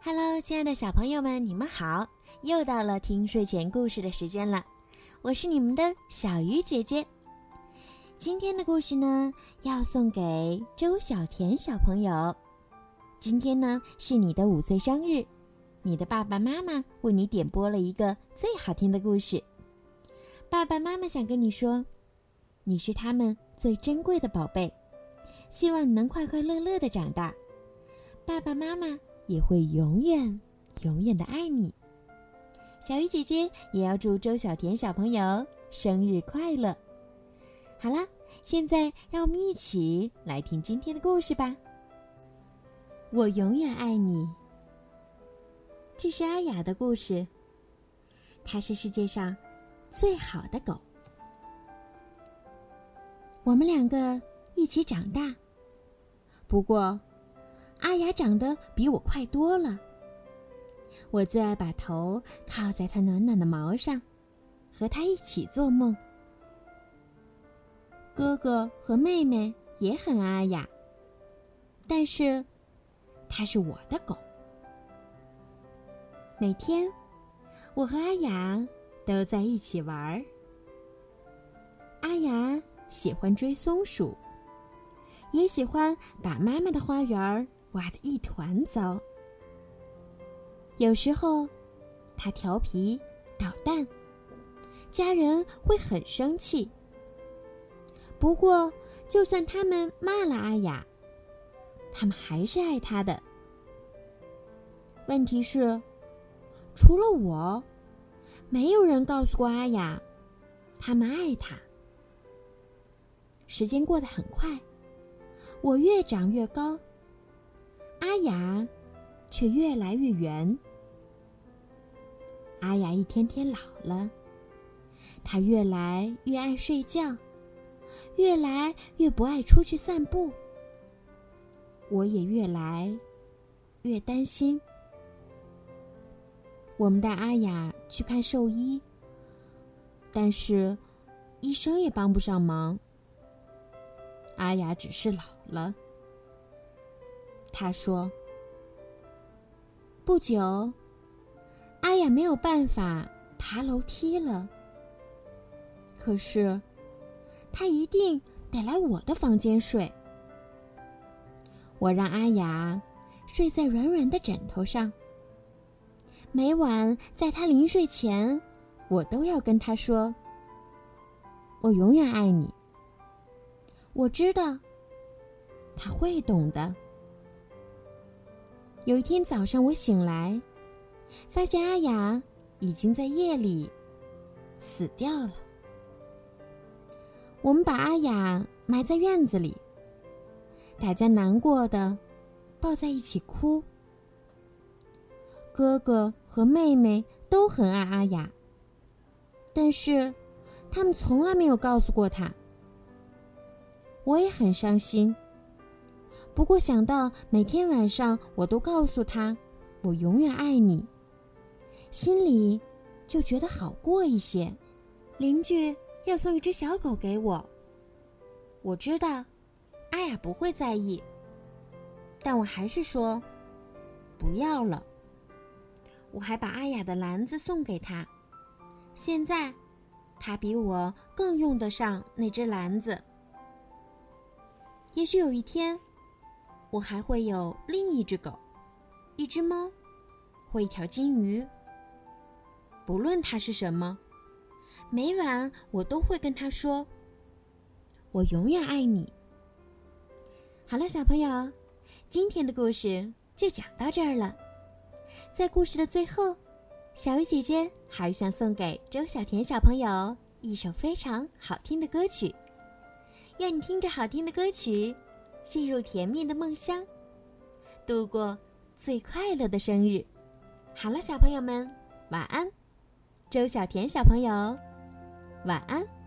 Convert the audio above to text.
Hello， 亲爱的小朋友们，你们好！又到了听睡前故事的时间了，我是你们的小鱼姐姐。今天的故事呢，要送给周小田小朋友。今天呢，是你的5岁生日，你的爸爸妈妈为你点播了一个最好听的故事。爸爸妈妈想跟你说，你是他们最珍贵的宝贝，希望你能快快乐乐地长大。爸爸妈妈也会永远永远的爱你。小鱼姐姐也要祝周小田小朋友生日快乐。好啦，现在让我们一起来听今天的故事吧。我永远爱你。这是阿雅的故事，它是世界上最好的狗。我们2个一起长大，不过阿雅长得比我快多了。我最爱把头靠在她暖暖的毛上，和她一起做梦。哥哥和妹妹也很爱阿雅，但是她是我的狗。每天我和阿雅都在一起玩。阿雅喜欢追松鼠，也喜欢把妈妈的花园挖得一团糟。有时候他调皮捣蛋，家人会很生气。不过就算他们骂了阿雅，他们还是爱她的。问题是，除了我，没有人告诉过阿雅他们爱她。时间过得很快，我越长越高，阿雅却越来越圆。阿雅一天天老了，她越来越爱睡觉，越来越不爱出去散步。我也越来越担心。我们带阿雅去看兽医，但是医生也帮不上忙。阿雅只是老了。他说，不久阿雅没有办法爬楼梯了，可是她一定得来我的房间睡。我让阿雅睡在软软的枕头上，每晚在她临睡前，我都要跟她说，我永远爱你。我知道她会懂的。有一天早上我醒来，发现阿雅已经在夜里死掉了。我们把阿雅埋在院子里，大家难过的抱在一起哭。哥哥和妹妹都很爱阿雅，但是他们从来没有告诉过她。我也很伤心，不过想到每天晚上我都告诉她我永远爱你，心里就觉得好过一些。邻居要送一只小狗给我，我知道阿雅不会在意，但我还是说不要了。我还把阿雅的篮子送给她，现在她比我更用得上那只篮子。也许有一天，我还会有另一只狗，一只猫，或一条金鱼。不论它是什么，每晚我都会跟它说，我永远爱你。好了，小朋友，今天的故事就讲到这儿了。在故事的最后，小鱼姐姐还想送给周小田小朋友一首非常好听的歌曲，愿你听着好听的歌曲，进入甜蜜的梦乡，度过最快乐的生日。好了，小朋友们，晚安。周小田小朋友，晚安。